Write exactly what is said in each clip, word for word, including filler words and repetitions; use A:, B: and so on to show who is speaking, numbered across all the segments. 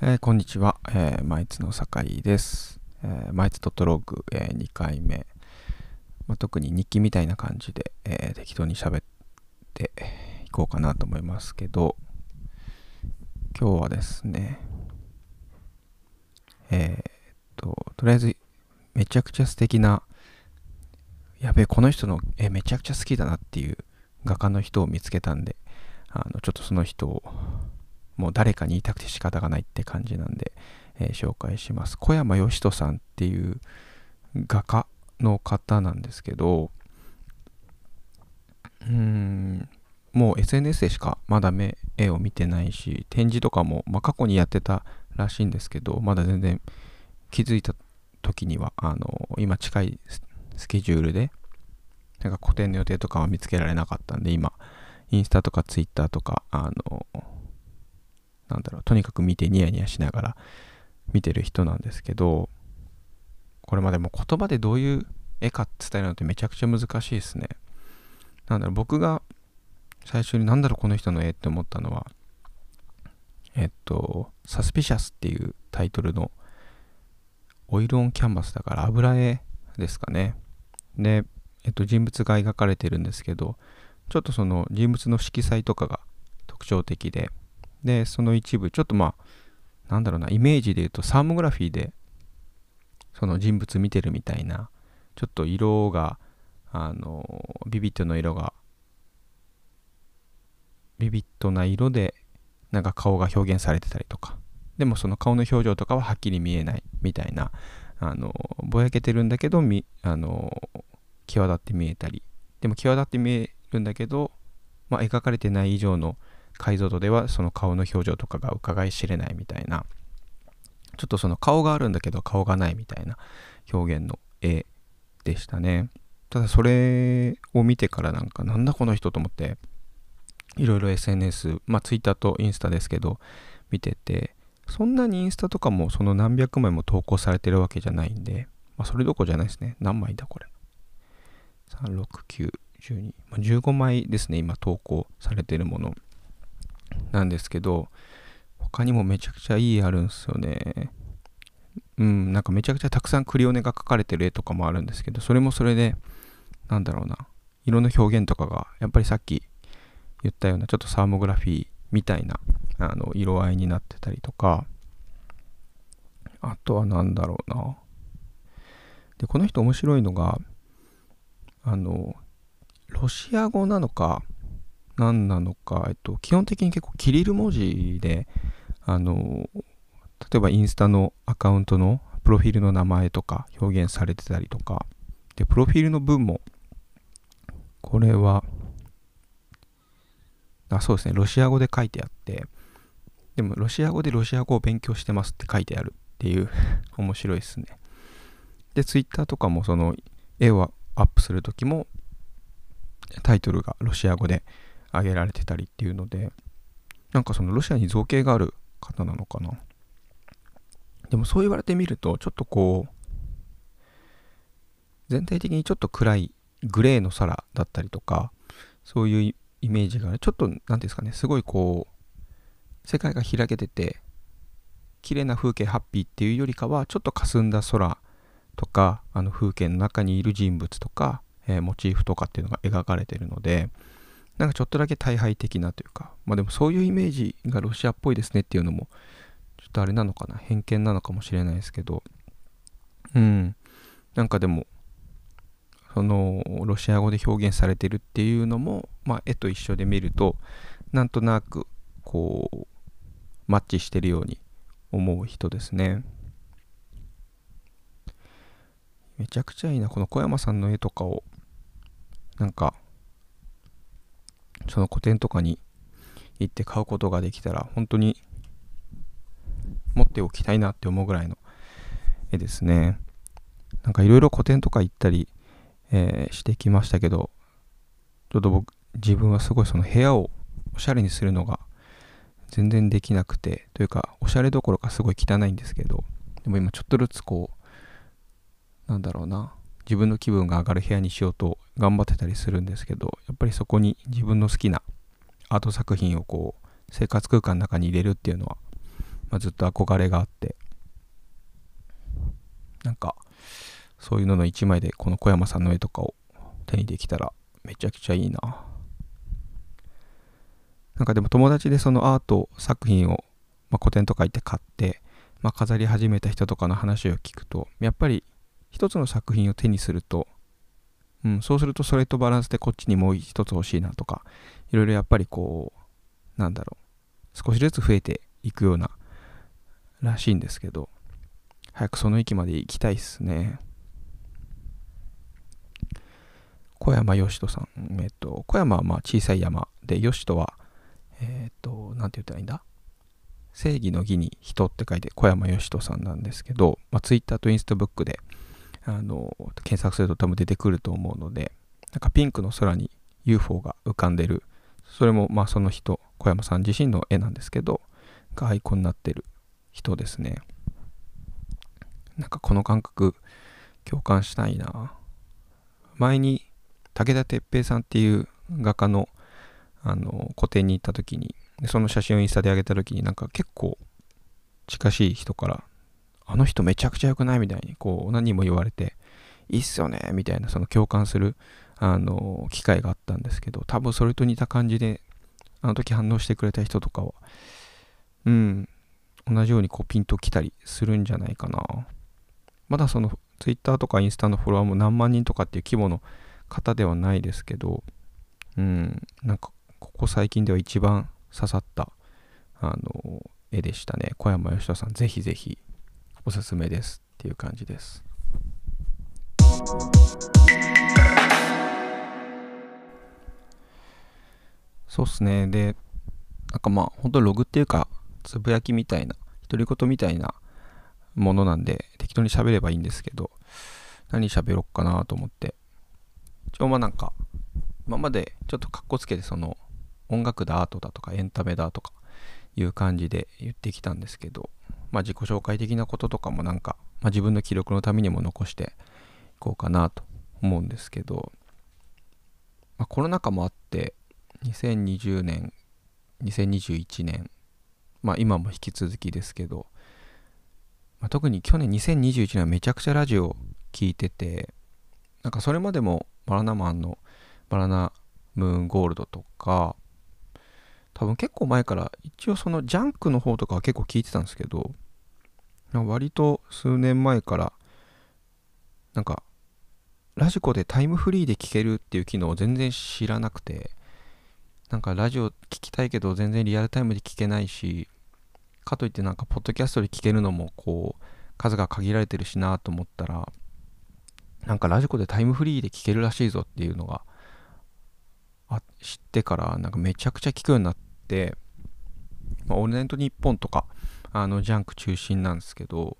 A: えーこんにちは、えー、マイツの酒井です。えー、マイツドットログ、えー、にかいめ、まあ、特に日記みたいな感じで、えー適当に喋っていこうかなと思いますけど、今日はですね、えーっと、とりあえずめちゃくちゃ素敵な、やべえ、この人の、えーめちゃくちゃ好きだなっていう画家の人を見つけたんで、あのちょっとその人をもう誰かに言いたくて仕方がないって感じなんで、えー紹介します。小山義人さんっていう画家の方なんですけど、うーん、もう エスエヌエス でしかまだ目絵を見てないし、展示とかも、まあ、過去にやってたらしいんですけど、まだ全然気づいた時にはあの今近いススケジュールでなんか個展の予定とかは見つけられなかったんで、今インスタとかツイッターとかあのなんだろう、とにかく見てニヤニヤしながら見てる人なんですけど、これまでも言葉でどういう絵か伝えるのってめちゃくちゃ難しいですね。なんだろう、僕が最初になんだろうこの人の絵って思ったのは、えっとサスピシャスっていうタイトルのオイルオンキャンバスだから油絵ですかね。で、えっと人物が描かれてるんですけど、ちょっとその人物の色彩とかが特徴的で、でその一部ちょっとまあなんだろうな、イメージで言うとサーモグラフィーでその人物見てるみたいな、ちょっと色があのビビッドの色がビビッドな色でなんか顔が表現されてたりとか、でもその顔の表情とかははっきり見えないみたいな、あのぼやけてるんだけどみあの際立って見えたり、でも際立って見えるんだけど、まあ、描かれてない以上の解像度ではその顔の表情とかが伺い知れないみたいな、ちょっとその顔があるんだけど顔がないみたいな表現の絵でしたね。ただそれを見てからなんかなんだこの人と思って、いろいろ エスエヌエス、まあ Twitter とインスタですけど見てて、そんなにインスタとかもその何百枚も投稿されてるわけじゃないんで、まあ、それどころじゃないですね。何枚だこれ。さん、ろく、きゅう、じゅうに、まあ、じゅうごまいですね、今投稿されてるものなんですけど、他にもめちゃくちゃいいあるんですよね。うん、なんかめちゃくちゃたくさんクリオネが描かれてる絵とかもあるんですけど、それもそれで、なんだろうな、色の表現とかが、やっぱりさっき言ったようなちょっとサーモグラフィーみたいなあの色合いになってたりとか、あとはなんだろうな。で、この人面白いのが、あの、ロシア語なのか、何なのか、えっと、基本的に結構キリル文字で、あの、例えばインスタのアカウントのプロフィールの名前とか表現されてたりとか、で、プロフィールの文も、これは、あ、そうですね、ロシア語で書いてあって、でもロシア語でロシア語を勉強してますって書いてあるっていう面白いですね。で、ツイッターとかもその絵をアップするときもタイトルがロシア語で上げられてたりっていうので、なんかそのロシアに造形がある方なのかな。でもそう言われてみると、ちょっとこう、全体的にちょっと暗いグレーの空だったりとか、そういうイメージがちょっと、なんていうんですかね、すごいこう、世界が開けてて、綺麗な風景ハッピーっていうよりかは、ちょっと霞んだ空とか、あの風景の中にいる人物とか、えーモチーフとかっていうのが描かれてるので、なんかちょっとだけ退廃的なというか、まあでもそういうイメージがロシアっぽいですねっていうのも、ちょっとあれなのかな、偏見なのかもしれないですけど、うん、なんかでも、そのロシア語で表現されてるっていうのも、まあ、絵と一緒で見るとなんとなくこうマッチしてるように思う人ですね。めちゃくちゃいいな、この小山さんの絵とかをなんかその個展とかに行って買うことができたら本当に持っておきたいなって思うぐらいの絵ですね。なんかいろいろ個展とか行ったり、えーしてきましたけど、ちょっと僕自分はすごいその部屋をおしゃれにするのが全然できなくて、というかおしゃれどころかすごい汚いんですけど、でも今ちょっとずつこうなんだろうな、自分の気分が上がる部屋にしようと頑張ってたりするんですけど、やっぱりそこに自分の好きなアート作品をこう生活空間の中に入れるっていうのはまあ、ずっと憧れがあって、なんかそういうのの一枚でこの小山さんの絵とかを手にできたらめちゃくちゃいいな。なんかでも友達でそのアート作品を、まあ、個展とか行って買って、まあ、飾り始めた人とかの話を聞くと、やっぱり一つの作品を手にすると、うん、そうするとそれとバランスでこっちにもう一つ欲しいなとか、いろいろやっぱりこう、なんだろう、少しずつ増えていくようならしいんですけど、早くその域まで行きたいっすね。小山義人さん。えっと、小山はまあ小さい山で、義人は、えっと、なんて言ったらいいんだ、正義の義に人って書いて小山義人さんなんですけど、まあ、Twitter とインスタブックであの検索すると多分出てくると思うので、なんかピンクの空に ユーフォー が浮かんでる、それもまあその人、小山さん自身の絵なんですけど、がアイコンになってる人ですね。なんかこの感覚共感したいな。前に武田鉄平さんっていう画家のあの個展に行った時に、でその写真をインスタで上げた時に、なんか結構近しい人からあの人めちゃくちゃ良くないみたいにこう何人も言われて、いいっすよねみたいな、その共感するあの機会があったんですけど、多分それと似た感じであの時反応してくれた人とかは、うん同じようにこうピンときたりするんじゃないかな。まだそのツイッターとかインスタのフォロワーも何万人とかっていう規模の方ではないですけど、うんなんかここ最近では一番刺さったあの絵でしたね。小山義人さん、ぜひぜひおすすめですっていう感じです。そうっすね。で、なんかまあ本当ログっていうかつぶやきみたいな、独り言みたいなものなんで適当に喋ればいいんですけど、何喋ろっかなと思って、一応まあなんか今までちょっとカッコつけてその音楽だアートだとかエンタメだとかいう感じで言ってきたんですけど、まあ自己紹介的なこととかもなんか、まあ、自分の記録のためにも残していこうかなと思うんですけど、まあ、コロナ禍もあってにせんにじゅうねんにせんにじゅういちねん、まあ今も引き続きですけど、まあ、特に去年にせんにじゅういちねんはめちゃくちゃラジオ聞いてて、なんかそれまでもバナナマンのバナナムーンゴールドとか、多分結構前から一応そのジャンクの方とかは結構聞いてたんですけど、割と数年前からなんかラジコでタイムフリーで聞けるっていう機能を全然知らなくて、なんかラジオ聞きたいけど全然リアルタイムで聞けないし、かといってなんかポッドキャストで聞けるのもこう数が限られてるしなと思ったら、なんかラジコでタイムフリーで聞けるらしいぞっていうのがあ知ってから、なんかめちゃくちゃ聞くようになって、まあ、オールナイトニッポンとかあのジャンク中心なんですけど、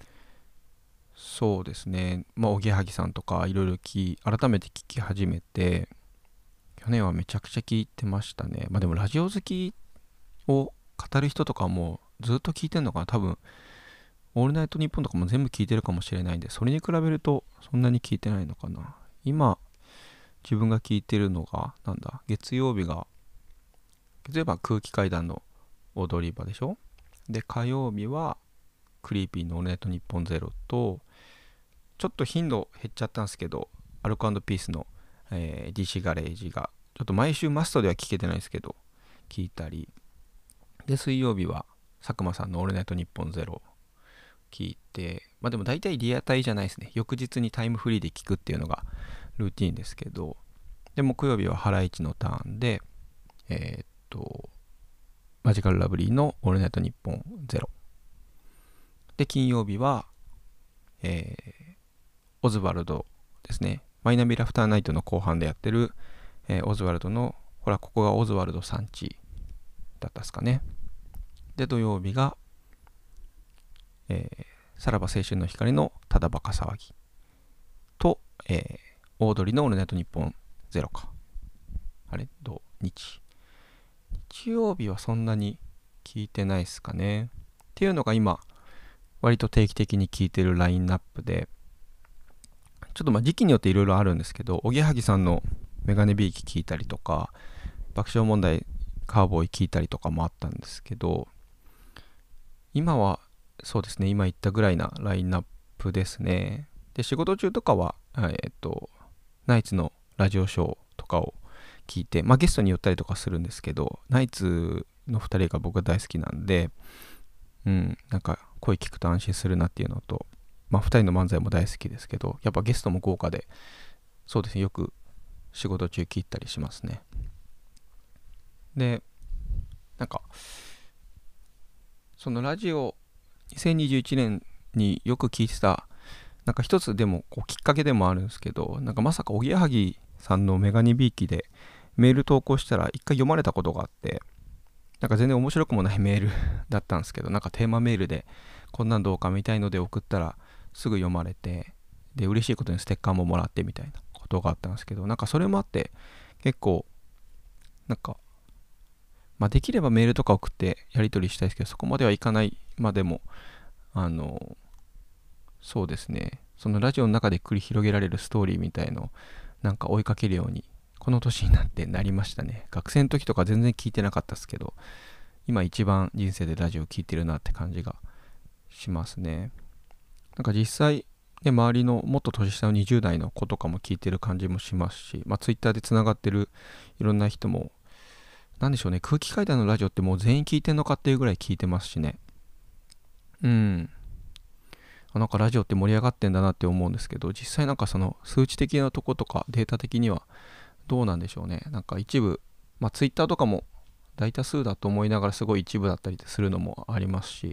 A: そうですね、まあおぎやはぎさんとかいろいろき改めて聞き始めて、去年はめちゃくちゃ聞いてましたね。まあでもラジオ好きを語る人とかもずっと聞いてんのかな。多分オールナイトニッポンとかも全部聞いてるかもしれないんで、それに比べるとそんなに聞いてないのかな。今自分が聞いてるのがなんだ、月曜日が月曜日は空気階段の踊り場でしょ。で火曜日はクリーピーのオールナイトニッポンゼロと、ちょっと頻度減っちゃったんですけどアルコ&ピースの、えー、ディーシー ガレージがちょっと毎週マストでは聞けてないですけど聞いたり、で水曜日は佐久間さんのオールナイトニッポンゼロ聞いて、まあでも大体リアタイじゃないですね、翌日にタイムフリーで聞くっていうのがルーティーンですけど、で木曜日はハライチのターンで、えー、っとマジカルラブリーのオールナイトニッポンゼロで、金曜日は、えー、オズワルドですね、マイナビラフターナイトの後半でやってる、えー、オズワルドの、ほらここがオズワルドさんちだったっすかね。で土曜日が、えー、さらば青春の光のただバカ騒ぎと、えー、オードリーのオールナイトニッポンゼロか、あれ土日日曜日はそんなに聞いてないっすかねっていうのが今割と定期的に聞いてるラインナップで、ちょっとまあ時期によっていろいろあるんですけど、おぎやはぎさんのメガネビーキ聞いたりとか、爆笑問題カーボーイ聞いたりとかもあったんですけど、 今はそうですね、今言ったぐらいなラインナップですね。で、仕事中とかは、あえっと、ナイツのラジオショーとかを聞いて、まあゲストに寄ったりとかするんですけど、ナイツのふたりが僕は大好きなんで、うん、なんか声聞くと安心するなっていうのと、まあふたりの漫才も大好きですけど、やっぱゲストも豪華で、そうですね、よく仕事中聞いたりしますね。で、なんか、そのラジオ、にせんにじゅういちねんによく聞いてた、なんか一つでもこうきっかけでもあるんですけど、なんかまさかおぎやはぎさんのメガネビーキでメール投稿したら一回読まれたことがあって、なんか全然面白くもないメールだったんですけど、なんかテーマメールでこんなんどうかみたいので送ったらすぐ読まれて、で嬉しいことにステッカーももらってみたいなことがあったんですけど、なんかそれもあって結構なんか、まあできればメールとか送ってやり取りしたいですけど、そこまではいかないまでも、あのそうですね、そのラジオの中で繰り広げられるストーリーみたいのをなんか追いかけるようにこの年になってなりましたね。学生の時とか全然聞いてなかったですけど、今一番人生でラジオ聞いてるなって感じがしますね。なんか実際、ね、周りのもっと年下のにじゅう代の子とかも聞いてる感じもしますし、まあ、ツイッターでつながってるいろんな人も、なんでしょうね、空気階段のラジオってもう全員聞いてんのかっていうぐらい聞いてますしね。うん。あ、なんかラジオって盛り上がってんだなって思うんですけど、実際なんかその数値的なとことかデータ的にはどうなんでしょうね。なんか一部、まあツイッターとかも大多数だと思いながらすごい一部だったりするのもありますし、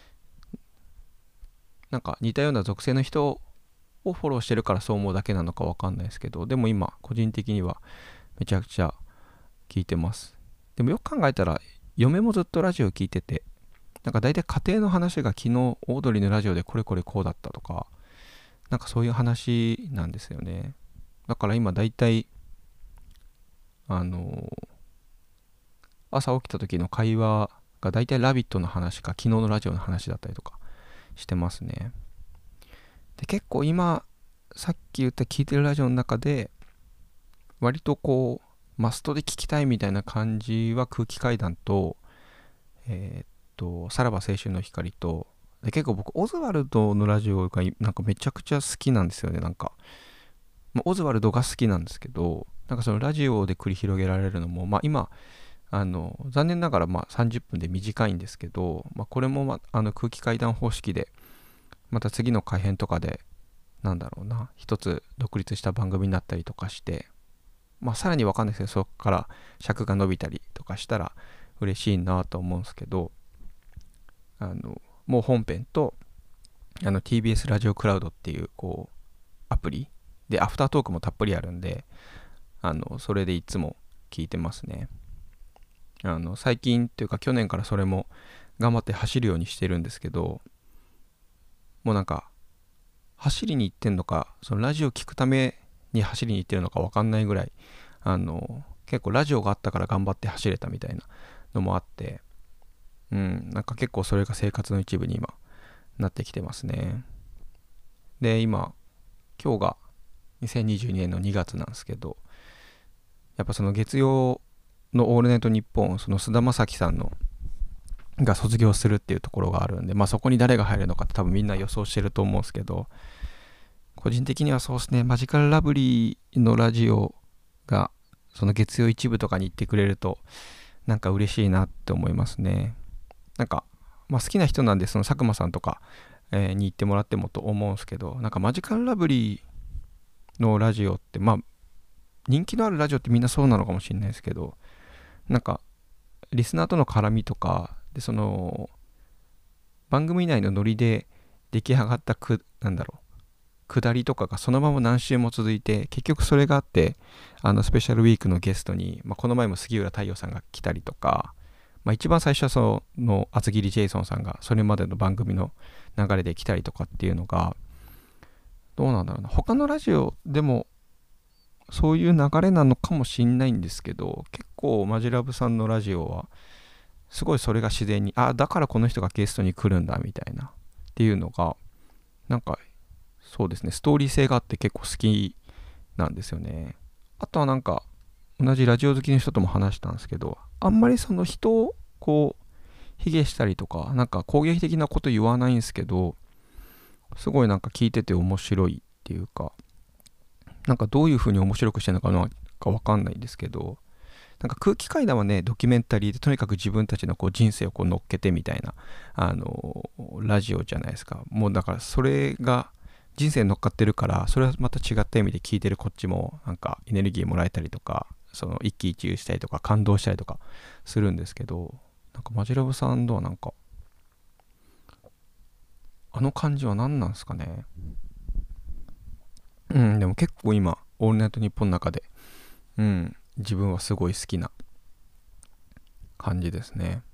A: なんか似たような属性の人をフォローしてるからそう思うだけなのかわかんないですけど、でも今個人的にはめちゃくちゃ聞いてます。でもよく考えたら嫁もずっとラジオ聞いてて、なんか大体家庭の話が昨日オードリーのラジオでこれこれこうだったとか、なんかそういう話なんですよね。だから今大体あのー朝起きた時の会話が大体ラビットの話か昨日のラジオの話だったりとかしてますね。で、結構今さっき言った聞いてるラジオの中で割とこうマストで聞きたいみたいな感じは空気階段と、えーっとさらば青春の光と、で結構僕オズワルドのラジオがなんかめちゃくちゃ好きなんですよね。なんか、まあ、オズワルドが好きなんですけど、なんかそのラジオで繰り広げられるのも、まあ今あの残念ながらまあさんじゅっぷんで短いんですけど、まあ、これも、ま、あの空気階段方式でまた次の改編とかでなんだろうな一つ独立した番組になったりとかして、まあさらにわかんないですけど、そこから尺が伸びたりとかしたら嬉しいなと思うんですけど、あのもう本編とあの ティービーエス ラジオクラウドっていうこうアプリでアフタートークもたっぷりあるんで、あのそれでいつも聞いてますね。あの最近っていうか去年からそれも頑張って走るようにしてるんですけど、もうなんか走りに行ってんのかそのラジオ聞くために走りに行ってるのか分かんないぐらい、あの結構ラジオがあったから頑張って走れたみたいなのもあって、うん、なんか結構それが生活の一部に今なってきてますね。で今今日がにせんにじゅうにねんのにがつなんですけど、やっぱその月曜のオールナイトニッポン、その菅田将暉さんのが卒業するっていうところがあるんで、まあそこに誰が入るのかって多分みんな予想してると思うんですけど、個人的にはそうですね、マジカルラブリーのラジオがその月曜一部とかに行ってくれるとなんか嬉しいなって思いますね。なんか、まあ、好きな人なんでその佐久間さんとか、えーに行ってもらってもと思うんですけど、なんかマジカルラブリーのラジオってまあ人気のあるラジオってみんなそうなのかもしれないですけど、なんかリスナーとの絡みとかでその番組内のノリで出来上がったくなんだろう下りとかがそのまま何週も続いて、結局それがあってあのスペシャルウィークのゲストに、まあ、この前も杉浦太陽さんが来たりとか、まあ、一番最初はその厚切りジェイソンさんがそれまでの番組の流れで来たりとかっていうのがどうなんだろうな、他のラジオでもそういう流れなのかもしんないんですけど、結構マジラブさんのラジオはすごいそれが自然に、あ、だからこの人がゲストに来るんだみたいなっていうのがなんかそうですね、ストーリー性があって結構好きなんですよね。あとはなんか同じラジオ好きの人とも話したんですけど、あんまりその人をこう卑下したりとか、なんか攻撃的なこと言わないんですけど、すごいなんか聞いてて面白いっていうか、なんかどういう風に面白くしてるのかなかわかんないんですけど、なんか空気階段はね、ドキュメンタリーでとにかく自分たちのこう人生をこう乗っけてみたいな、あのラジオじゃないですか。もうだからそれが人生に乗っかってるから、それはまた違った意味で聞いてるこっちもなんかエネルギーもらえたりとか、その一喜一憂したりとか感動したりとかするんですけど、なんかマジラブさんとはなんかあの感じは何なんですかね。うん、でも結構今オールナイトニッポンの中で、うん、自分はすごい好きな感じですね。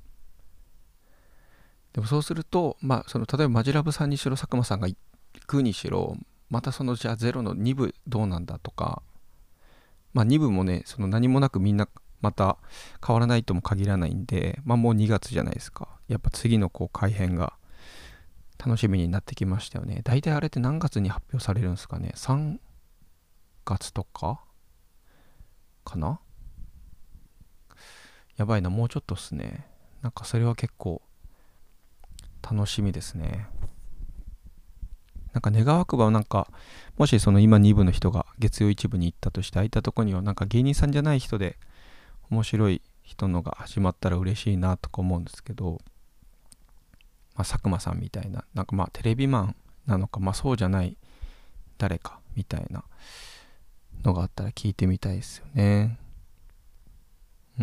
A: でもそうすると、まあ、その例えばマジラブさんにしろ佐久間さんが行くにしろ、またそのじゃあゼロのに部どうなんだとか、まあに部もね、その何もなくみんなまた変わらないとも限らないんで、まあもうにがつじゃないですか。やっぱ次のこう改編が楽しみになってきましたよね。大体あれって何月に発表されるんですかね。さんがつとかかな。やばいな、もうちょっとっすね。なんかそれは結構楽しみですね。なんか願わくばなんか、もしその今に部の人が月曜一部に行ったとして、空いたとこにはなんか芸人さんじゃない人で面白い人のが始まったら嬉しいなとか思うんですけど、まあ、佐久間さんみたいな、なんかまあテレビマンなのか、まあそうじゃない誰かみたいなのがあったら聞いてみたいですよね。うん。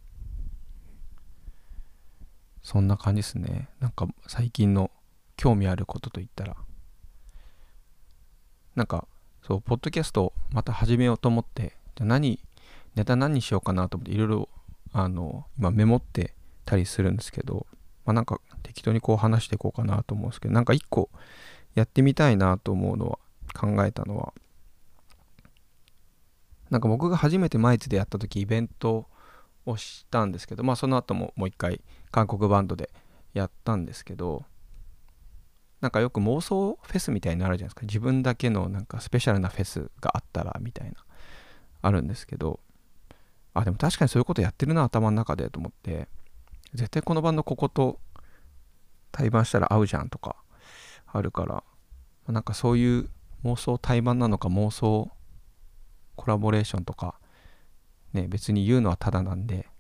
A: そんな感じですね。なんか最近の興味あることといったら、なんかそう、ポッドキャストをまた始めようと思って、じゃあ何、ネタ何にしようかなと思っていろいろ、あの、今メモってたりするんですけど、まあなんか適当にこう話していこうかなと思うんですけど、なんか一個やってみたいなと思うのは、考えたのは、なんか僕が初めてマイツでやった時イベントをしたんですけど、まあその後ももう一回韓国バンドでやったんですけど、なんかよく妄想フェスみたいになるじゃないですか。自分だけのなんかスペシャルなフェスがあったらみたいな、あるんですけど、あ、でも確かにそういうことやってるな、頭の中でと思って、絶対このバンドここと対バンしたら合うじゃんとかあるから、なんかそういう妄想対バンなのか妄想コラボレーションとか、ね、別に言うのはただなんで、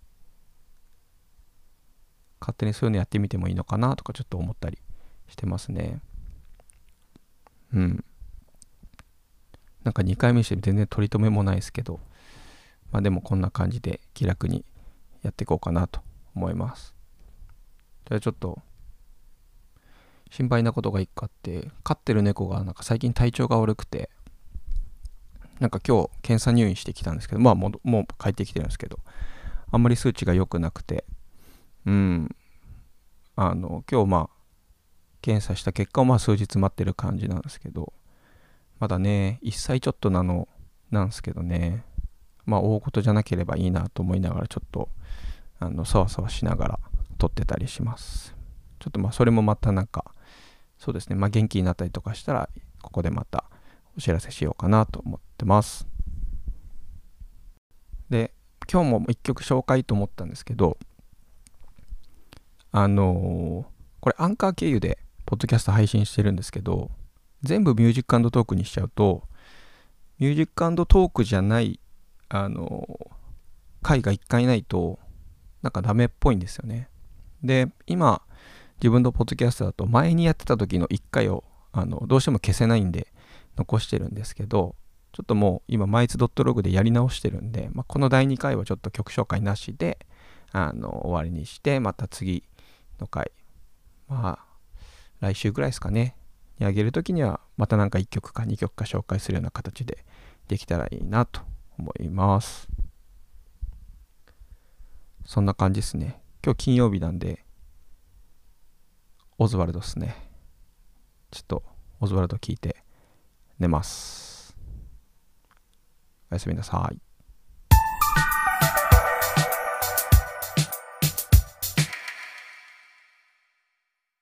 A: 勝手にそういうのやってみてもいいのかなとかちょっと思ったりしてますね。うん。なんかにかいめして全然取り留めもないですけど、まあでもこんな感じで気楽にやっていこうかなと思います。じゃあちょっと心配なことが一個あって、飼ってる猫がなんか最近体調が悪くて、なんか今日検査入院してきたんですけど、まあもうもう帰ってきてるんですけど、あんまり数値が良くなくて、うん、あの今日まあ検査した結果はまあ数日待ってる感じなんですけど、まだねいっさいちょっとなのなんですけどね、まあ大事じゃなければいいなと思いながら、ちょっとあのそわそわしながら撮ってたりします。ちょっとまあそれもまたなんかそうですね、まあ元気になったりとかしたらここでまたお知らせしようかなと思ってます。で、今日も一曲紹介と思ったんですけど、あのーこれアンカー経由でポッドキャスト配信してるんですけど、全部ミュージック&トークにしちゃうと、ミュージック&トークじゃない、あのー回がいっかいないと、なんかダメっぽいんですよね。で、今、自分のポッドキャストだと前にやってた時のいっかいをあのどうしても消せないんで残してるんですけど、ちょっともう今マイツ .log でやり直してるんで、まあ、このだいにかいはちょっと曲紹介なしであの終わりにして、また次の回、まあ来週ぐらいですかねにあげるときにはまたなんかいっきょくかにきょくか紹介するような形でできたらいいなと思います。そんな感じですね。今日金曜日なんでオズワルドっすね。ちょっとオズワルド聞いて寝ます。おやすみなさい。